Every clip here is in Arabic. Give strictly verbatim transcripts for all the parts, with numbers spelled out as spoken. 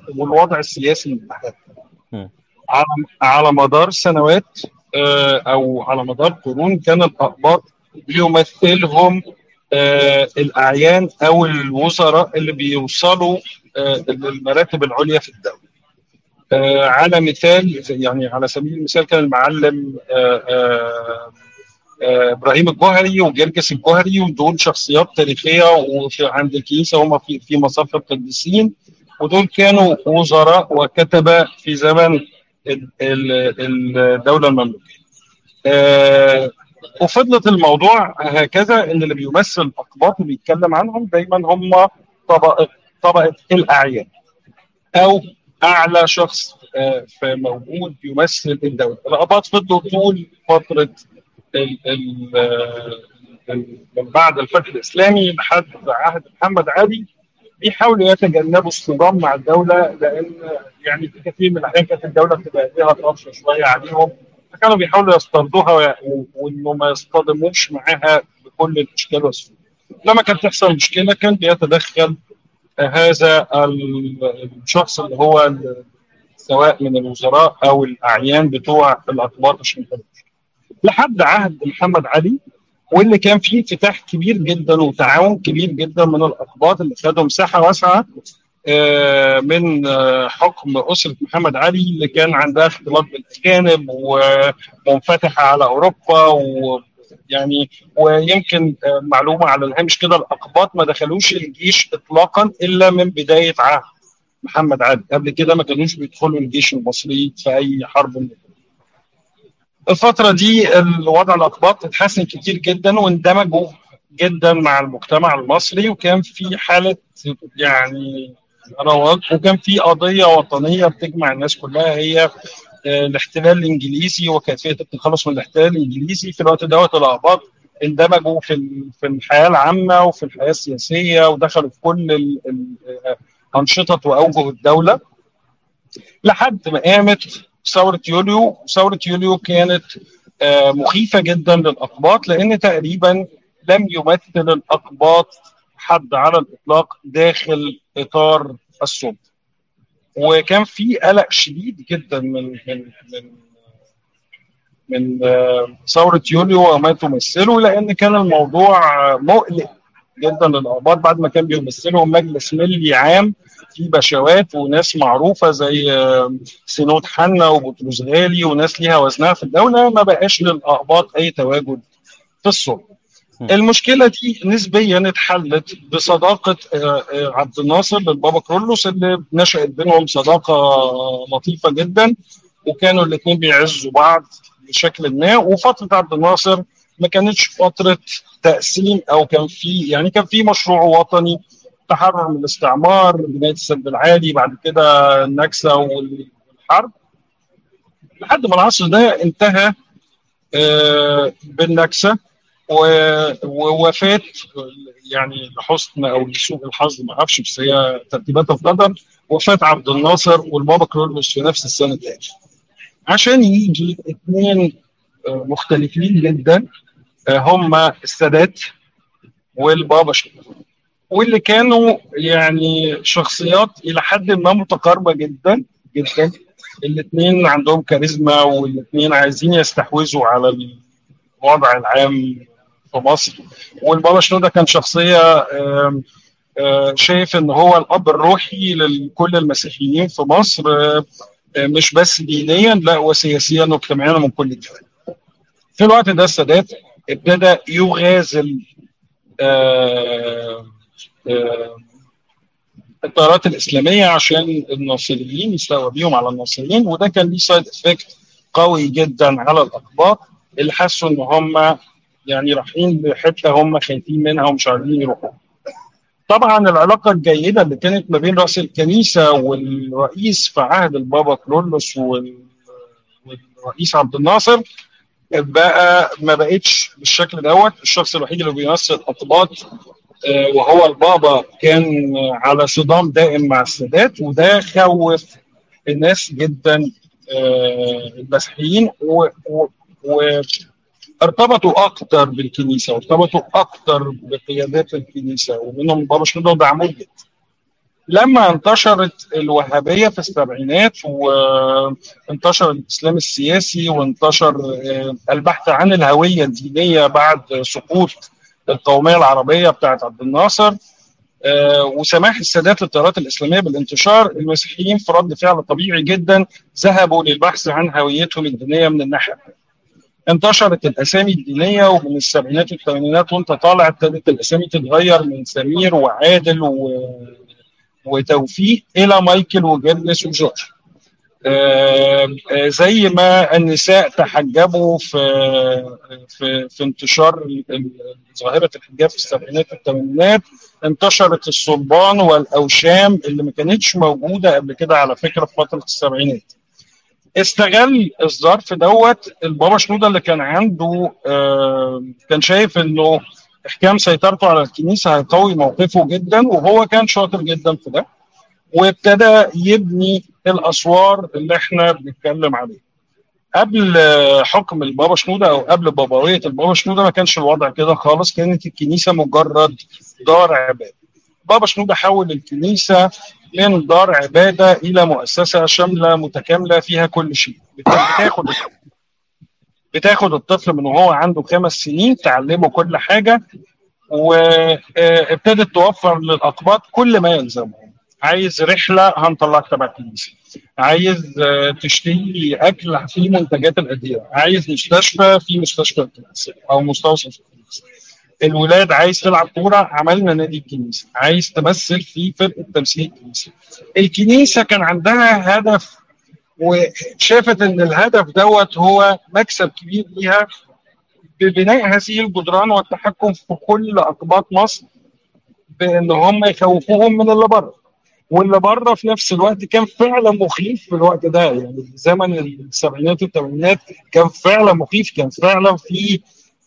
والوضع السياسي المحلي. م. على على مدار سنوات آه، او على مدار قرون كان الاقباط بيمثلهم آه، الاعيان او الوزراء اللي بيوصلوا آه، للمراتب العليا في الدوله. آه، على مثال، يعني على سبيل المثال كان المعلم آه، آه، آه، ابراهيم الجوهري وجرجس الجوهري، ودول شخصيات تاريخيه وفي عند الكنيسه، هم في في مصاف القديسين، ودول كانوا وزراء وكتبه في زمن ال- ال- الدوله المملوكيه. آه، وفضلت الموضوع هكذا، ان اللي بيمثل الاقباط اللي بيتكلم عنهم دايما هم طبقه طبقه الاعيان، او اعلى شخص آه، في موجود يمثل الدوله. الاقباط فضلوا طول فتره ال- ال- ال- من بعد الفتح الاسلامي لحد عهد محمد علي بيحاولوا يتجنبوا الصدام مع الدوله، لان يعني في كثير من الاحيان كانت الدوله بتبقى ليها طرف شويه عليهم، فكانوا بيحاولوا يسترضوها وانه ما يصطدموش معاها بكل الاشكال والسلوك. لما كانت تحصل مشكله كان بيتدخل هذا الشخص اللي هو ال- سواء من الوزراء او الاعيان بتوع الاقباط عشان يحلوا. لحد عهد محمد علي، واللي كان فيه انفتاح كبير جدا وتعاون كبير جدا من الاقباط اللي خدوا مساحه واسعه آه، من آه، حكم اسره محمد علي، اللي كان عندها اختلاط بالاجانب ومنفتحه على اوروبا. ويعني ويمكن آه، معلومه على الهامش كده، الاقباط ما دخلوش الجيش اطلاقا الا من بدايه عهد محمد علي. قبل كده ما كانوش بيدخلوا الجيش المصري في اي حرب من الفترة دي. الوضع الأقباط اتحسن كتير جدا واندمجوا جدا مع المجتمع المصري، وكان في حالة يعني رواج، وكان في قضية وطنية بتجمع الناس كلها، هي آه، الاحتلال الإنجليزي وكيفية التخلص من الاحتلال الإنجليزي. في الوقت دوت الأقباط اندمجوا في ال- في الحياة العامة وفي الحياة السياسية، ودخلوا في كل ال- ال- آه، أنشطة وأوجه الدولة لحد ما قامت ثورة يوليو. ثورة يوليو كانت آه، مخيفة جدا للأقباط، لأن تقريبا لم يمثل الأقباط حد على الإطلاق داخل إطار السلطة. وكان في قلق شديد جدا من من من من آه، ثورة يوليو وما تمثله، لأن كان الموضوع آه، مقلق جدا للأقباط بعد ما كان بيمثلهم مجلس ملي عام في بشوات وناس معروفة زي آه، سينود حنا وبطرس غالي وناس ليها وزنها في الدولة. ما بقاش للأقباط أي تواجد في السلطة. م. المشكلة دي نسبيا اتحلت بصداقة آه، آه، عبد الناصر للبابا كرولوس، اللي نشأت بينهم صداقة لطيفة جدا، وكانوا الاثنين بيعزوا بعض بشكل ما. وفترة عبد الناصر ما كانتش فترة تقسيم، او كان في يعني كان في مشروع وطني، تحرر من الاستعمار، بناية السد العالي، بعد كده النكسة والحرب، لحد ما العصر ده انتهى آه، بالنكسة و- ووفاة، يعني لحسن او لسوء الحظ ما اعرفش، بس هي ترتيبات القدر، وفاة عبد الناصر والبابا كرولوس في نفس السنة تاني، عشان يجي اثنين آه، مختلفين جدا، آه، هم السادات والبابا شنودة، واللي كانوا يعني شخصيات الى حد ما متقاربه جدا جدا. الاثنين عندهم كاريزما، والاثنين عايزين يستحوذوا على الوضع العام في مصر. والبابا شنودة كان شخصيه آم، آه، شايف ان هو الاب الروحي لكل المسيحيين في مصر، آه، آه، مش بس دينيا، لا وسياسيا واجتماعيا ومن كل الجوانب. في الوقت ده السادات ابتدى يغازل آه، آه، التيارات الاسلاميه عشان الناصريين يستوى بيهم على الناصريين، وده كان ليه سايد افكت قوي جدا على الاقباط، اللي حسوا ان هم يعني رايحين لحته هم خايفين منها ومش عارفين يروحوا. طبعا العلاقه الجيده اللي كانت ما بين راس الكنيسه والرئيس في عهد البابا كرولوس وال- والرئيس عبد الناصر بقى ما بقتش بالشكل دوت. الشخص الوحيد اللي بيمثل الاقباط آه، وهو البابا كان على صدام دائم مع السادات، وده خوف الناس جدا آه، المسيحيين، و- و- وارتبطوا اكتر بالكنيسه، وارتبطوا اكتر بقيادات الكنيسه، ومنهم بابا شنودة ودعموه جدا. لما انتشرت الوهابية في السبعينات وانتشر الإسلام السياسي وانتشر البحث عن الهوية الدينية بعد سقوط القومية العربية بتاعت عبد الناصر وسماح السادات للتيارات الإسلامية بالانتشار، المسيحيين في رد فعل طبيعي جدا ذهبوا للبحث عن هويتهم الدينية من الناحية. انتشرت الاسامي الدينيه، ومن السبعينات والثمانينات وانت طالع ابتدت الاسامي تتغير من سمير وعادل و... وتوفيق الى مايكل وجيرلس وجورج. آه آه زي ما النساء تحجبوا في في في انتشار ظاهره الحجاب في السبعينات والثمانينات، انتشرت الصلبان والاوشام اللي ما كانتش موجوده قبل كده على فكره في فتره السبعينات. استغل الظرف دوت البابا شنودة اللي كان عنده آه كان شايف انه احكام سيطرته على الكنيسه هيقوي موقفه جدا، وهو كان شاطر جدا في ده، وابتدى يبني الاسوار اللي احنا بنتكلم عليها. قبل حكم البابا شنودة او قبل بابويه البابا شنودة ما كانش الوضع كده خالص، كانت الكنيسه مجرد دار عباده. بابا شنودة حول الكنيسه من دار عباده الى مؤسسه شامله متكامله فيها كل شيء. بتاخد بتاخد الطفل من وهو عنده خمس سنين تعلمه كل حاجه، وابتدت توفر للاقباط كل ما يلزمهم. عايز رحله هنطلعك تبع الكنيسه، عايز تشتري اكل في منتجات الادويه، عايز مستشفى في مستشفى الكنيسه او مستوصف الكنيسه. الولاد عايز تلعب كوره عملنا نادي الكنيسه، عايز تمثل في فرقه تمثيل الكنيسه. الكنيسه كان عندها هدف، وشافت ان الهدف دوت هو مكسب كبير ليها ببناء هذه الجدران والتحكم في كل اقباط مصر، بان هم يخوفوهم من اللي بره. واللي بره في نفس الوقت كان فعلا مخيف في الوقت ده، يعني زمن السبعينات والثمانينات كان فعلا مخيف، كان فعلا في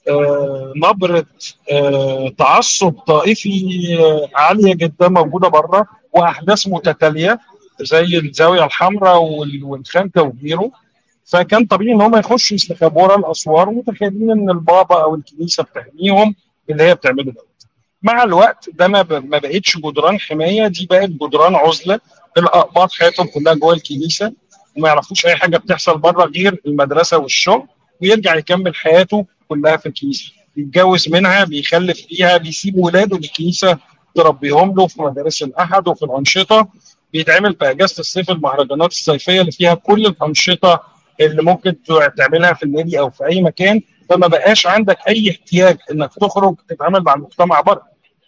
آه نبره آه تعصب طائفي آه عاليه جدا موجوده بره، واحداث متتاليه زي الزاويه الحمراء والخنكه وغيره. فكان طبيعي ان هم يخشوا يستخبوا ورا الاسوار ومتخيلين ان البابا او الكنيسه بتحميهم اللي هي بتعمله ده. مع الوقت ده ما بقتش جدران حمايه، دي بقت جدران عزله. الاقباط حياتهم كلها جوه الكنيسه وما يعرفوش اي حاجه بتحصل بره غير المدرسه والشغل، ويرجع يكمل حياته كلها في الكنيسه، بيتجوز منها، بيخلف فيها، بيسيب ولاده للكنيسه تربيهم له في مدارس الاحد وفي الانشطه. بيتعمل في اجازه الصيف المهرجانات الصيفيه اللي فيها كل الانشطه اللي ممكن تعملها في النادي او في اي مكان، فما بقاش عندك اي احتياج انك تخرج تتعامل مع المجتمع بره.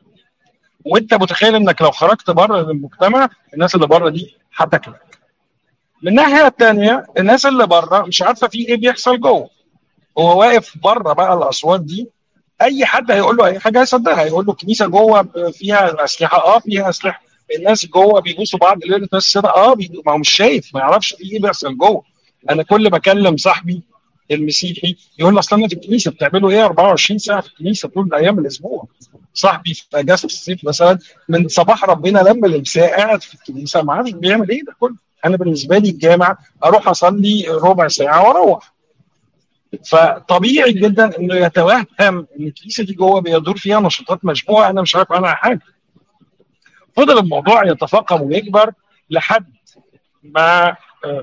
وانت متخيل انك لو خرجت بره المجتمع الناس اللي بره دي هتاكلك. من الناحيه الثانيه الناس اللي بره مش عارفه في ايه بيحصل جوه. هو واقف بره بقى الاسوار دي، اي حد هيقول له اي حاجه هيصدقها، هيقول له الكنيسه جوه فيها اسلحه، اه فيها اسلحه، الناس جوه بيبوسوا بعض ليله السنه، اه ما هو مش شايف، ما يعرفش في ايه بيحصل جوه. انا كل ما اكلم صاحبي المسيحي يقول لي اصل انا في الكنيسه، بتعملوا ايه أربعة وعشرين ساعه في الكنيسه طول ايام الاسبوع؟ صاحبي في اجازه الصيف مثلا من صباح ربنا لما الامساء قاعد في الكنيسه ما عارفش بيعمل ايه ده كله. انا بالنسبه لي الجامع اروح اصلي ربع ساعه واروح. فطبيعي جدا انه يتوهم ان الكنيسه دي جوه بيدور فيها نشاطات مشبوهه انا مش عارف عنها حاجه. فضل الموضوع يتفاقم ويكبر لحد ما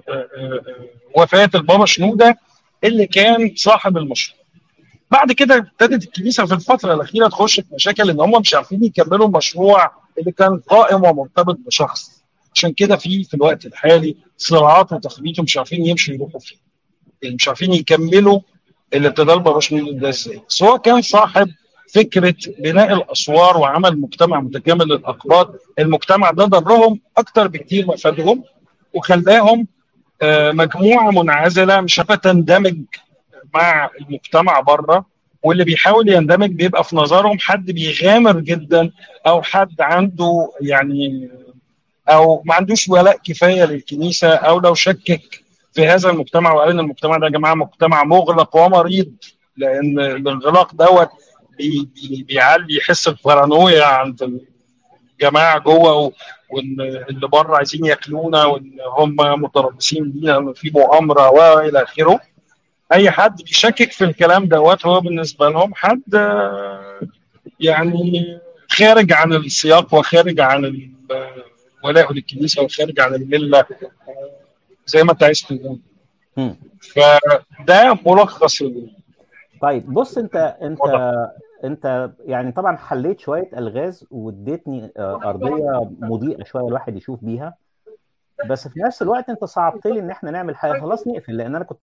وفاه البابا شنودة اللي كان صاحب المشروع. بعد كده ابتدت الكنيسه في الفتره الاخيره تخش في مشاكل ان هم مش عارفين يكملوا المشروع اللي كان قائم ومرتبط بشخص. عشان كده في في الوقت الحالي صراعات وتخبيط ومش عارفين يمشوا يروحوا فيه، يعني مش عارفين يكملوا اللي ابتدى البابا شنودة ده ازاي. بس هو كان صاحب فكره بناء الاسوار وعمل مجتمع متكامل للاقباط. المجتمع ده ضرهم اكتر بكتير ما فادهم، وخلاهم مجموعه منعزله مش عارفه تندمج مع المجتمع بره، واللي بيحاول يندمج بيبقى في نظرهم حد بيغامر جدا او حد عنده يعني او ما عندوش ولاء كفايه للكنيسه، او لو شكك في هذا المجتمع وقال ان المجتمع ده يا جماعه مجتمع مغلق ومريض، لان الانغلاق دوت بي بي بيعلي حس البارانويا عند الجماعه جوه، وان اللي بره عايزين ياكلونا، وان هم متربصين بينا ان في مؤامره والى اخره. اي حد بيشكك في الكلام دوت هو بالنسبه لهم حد يعني خارج عن السياق وخارج عن ولاءه للكنيسه والخارج عن المله، زي ما انت عايز تقول. مم. فده ملخص الموضوع طيب بص، انت ده. انت انت يعني طبعا حليت شويه الغاز واديتني آه، ارضيه مضيئه شويه الواحد يشوف بيها، بس في نفس الوقت انت صعبت لي ان احنا نعمل حاجه. خلاص نقفل، لان انا كنت